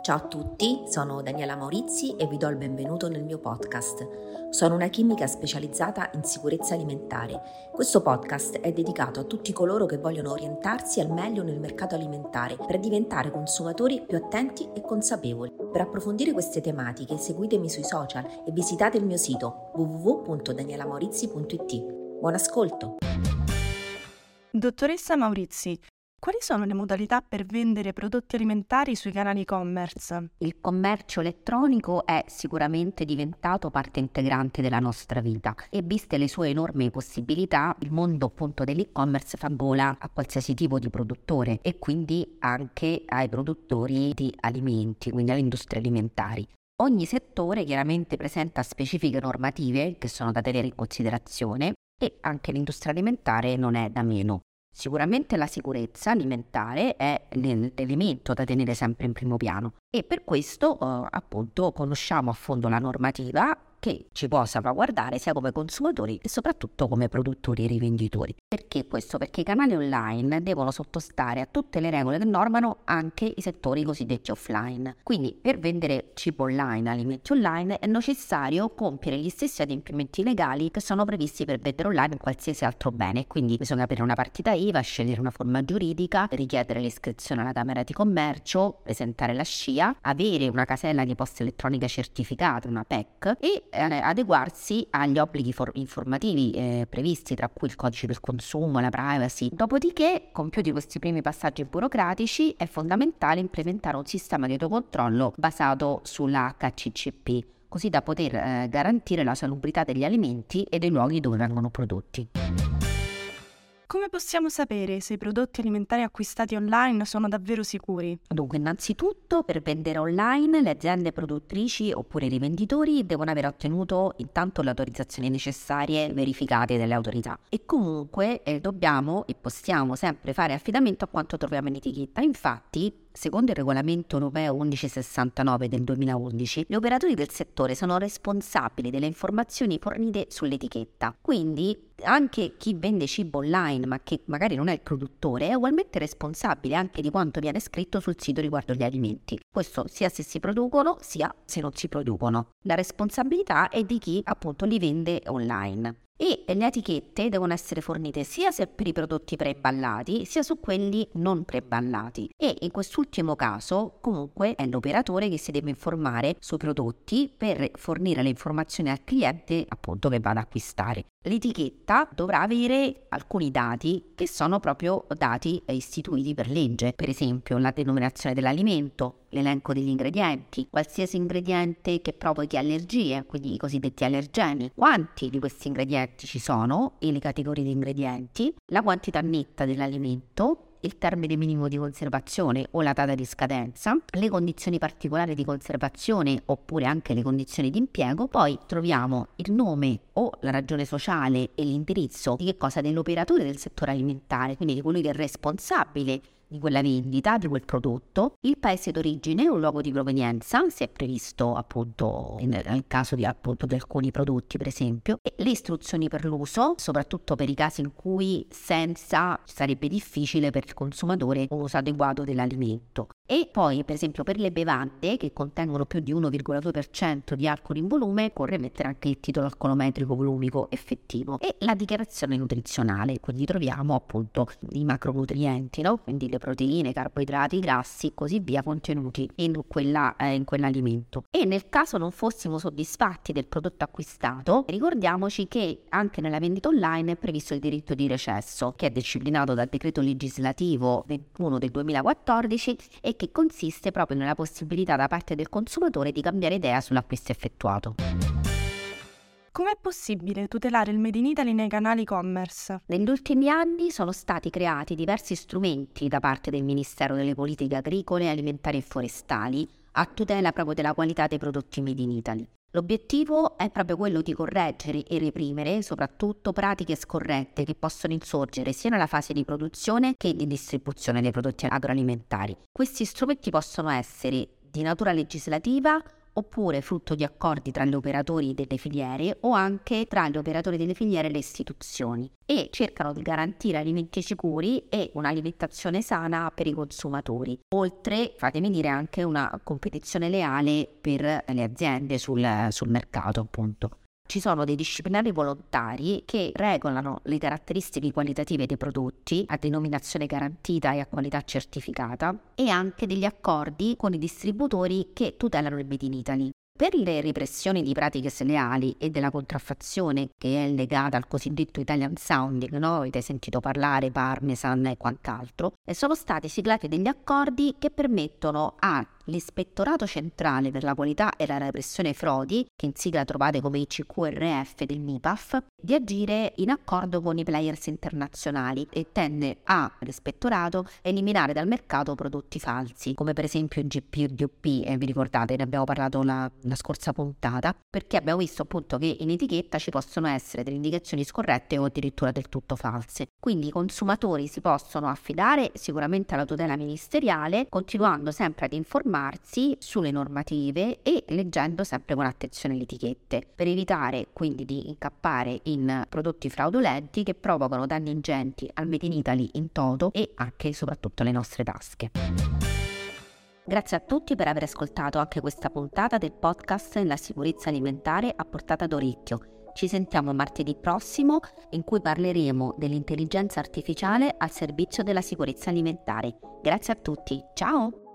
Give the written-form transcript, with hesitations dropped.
Ciao a tutti, sono Daniela Maurizi e vi do il benvenuto nel mio podcast. Sono una chimica specializzata in sicurezza alimentare. Questo podcast è dedicato a tutti coloro che vogliono orientarsi al meglio nel mercato alimentare per diventare consumatori più attenti e consapevoli. Per approfondire queste tematiche seguitemi sui social e visitate il mio sito www.danielamaurizi.it. Buon ascolto! Dottoressa Maurizi, quali sono le modalità per vendere prodotti alimentari sui canali e-commerce? Il commercio elettronico è sicuramente diventato parte integrante della nostra vita e viste le sue enormi possibilità, il mondo appunto dell'e-commerce fa gola a qualsiasi tipo di produttore e quindi anche ai produttori di alimenti, quindi alle industrie alimentari. Ogni settore chiaramente presenta specifiche normative che sono da tenere in considerazione e anche l'industria alimentare non è da meno. Sicuramente la sicurezza alimentare è l'elemento da tenere sempre in primo piano e per questo appunto conosciamo a fondo la normativa che ci può salvaguardare sia come consumatori e soprattutto come produttori e rivenditori. Perché questo? Perché i canali online devono sottostare a tutte le regole che normano anche i settori cosiddetti offline. Quindi per vendere cibo online, alimenti online, è necessario compiere gli stessi adempimenti legali che sono previsti per vendere online qualsiasi altro bene. Quindi bisogna aprire una partita IVA, scegliere una forma giuridica, richiedere l'iscrizione alla Camera di Commercio, presentare la SCIA, avere una casella di posta elettronica certificata, una PEC, e adeguarsi agli obblighi informativi previsti, tra cui il codice del consumo, la privacy. Dopodiché, compiuti questi primi passaggi burocratici, è fondamentale implementare un sistema di autocontrollo basato sulla HACCP, così da poter garantire la salubrità degli alimenti e dei luoghi dove vengono prodotti. Come possiamo sapere se i prodotti alimentari acquistati online sono davvero sicuri? Dunque, innanzitutto, per vendere online, le aziende produttrici oppure i rivenditori devono aver ottenuto intanto le autorizzazioni necessarie verificate dalle autorità. E comunque dobbiamo e possiamo sempre fare affidamento a quanto troviamo in etichetta. Infatti, secondo il regolamento europeo 1169 del 2011, gli operatori del settore sono responsabili delle informazioni fornite sull'etichetta. Quindi anche chi vende cibo online ma che magari non è il produttore è ugualmente responsabile anche di quanto viene scritto sul sito riguardo gli alimenti. Questo sia se si producono sia se non si producono. La responsabilità è di chi appunto li vende online. E le etichette devono essere fornite sia per i prodotti preimballati sia su quelli non preimballati e in quest'ultimo caso comunque è l'operatore che si deve informare sui prodotti per fornire le informazioni al cliente appunto che va ad acquistare. L'etichetta dovrà avere alcuni dati che sono proprio dati istituiti per legge, per esempio la denominazione dell'alimento, l'elenco degli ingredienti, qualsiasi ingrediente che provochi allergie, quindi i cosiddetti allergeni, quanti di questi ingredienti ci sono e le categorie di ingredienti, la quantità netta dell'alimento, il termine minimo di conservazione o la data di scadenza, le condizioni particolari di conservazione oppure anche le condizioni di impiego. Poi troviamo il nome o la ragione sociale e l'indirizzo di che cosa? Dell'operatore del settore alimentare, quindi di colui che è responsabile di quella vendita, di quel prodotto, il paese d'origine o luogo di provenienza, se è previsto appunto nel caso di appunto di alcuni prodotti per esempio, e le istruzioni per l'uso, soprattutto per i casi in cui senza sarebbe difficile per il consumatore un uso adeguato dell'alimento. E poi per esempio per le bevande che contengono più di 1,2% di alcol in volume occorre mettere anche il titolo alcolometrico volumico effettivo e la dichiarazione nutrizionale, quindi troviamo appunto i macronutrienti, no? Quindi le proteine, carboidrati, grassi e così via contenuti in quell'alimento. E nel caso non fossimo soddisfatti del prodotto acquistato, ricordiamoci che anche nella vendita online è previsto il diritto di recesso, che è disciplinato dal decreto legislativo 21 del 2014 e che consiste proprio nella possibilità da parte del consumatore di cambiare idea sull'acquisto effettuato. Com'è possibile tutelare il Made in Italy nei canali e-commerce? Negli ultimi anni sono stati creati diversi strumenti da parte del Ministero delle Politiche Agricole, Alimentari e Forestali a tutela proprio della qualità dei prodotti Made in Italy. L'obiettivo è proprio quello di correggere e reprimere soprattutto pratiche scorrette che possono insorgere sia nella fase di produzione che di distribuzione dei prodotti agroalimentari. Questi strumenti possono essere di natura legislativa oppure frutto di accordi tra gli operatori delle filiere o anche tra gli operatori delle filiere e le istituzioni, e cercano di garantire alimenti sicuri e un'alimentazione sana per i consumatori, oltre, fatemi dire, anche una competizione leale per le aziende sul mercato, appunto. Ci sono dei disciplinari volontari che regolano le caratteristiche qualitative dei prodotti a denominazione garantita e a qualità certificata, e anche degli accordi con i distributori che tutelano il Made in Italy. Per le repressioni di pratiche sleali e della contraffazione, che è legata al cosiddetto Italian Sounding, no? Avete sentito parlare, Parmesan e quant'altro, e sono stati siglati degli accordi che permettono all'Ispettorato Centrale per la Qualità e la Repressione Frodi, che in sigla trovate come ICQRF del MIPAF, di agire in accordo con i players internazionali, e tende all'Ispettorato eliminare dal mercato prodotti falsi, come per esempio IGP o DOP, vi ricordate, ne abbiamo parlato la scorsa puntata, perché abbiamo visto appunto che in etichetta ci possono essere delle indicazioni scorrette o addirittura del tutto false. Quindi i consumatori si possono affidare sicuramente alla tutela ministeriale, continuando sempre ad informarsi sulle normative e leggendo sempre con attenzione le etichette, per evitare quindi di incappare in prodotti fraudolenti che provocano danni ingenti al Made in Italy in toto e anche e soprattutto alle nostre tasche. Grazie a tutti per aver ascoltato anche questa puntata del podcast La sicurezza alimentare a portata d'orecchio. Ci sentiamo martedì prossimo, in cui parleremo dell'intelligenza artificiale al servizio della sicurezza alimentare. Grazie a tutti, ciao!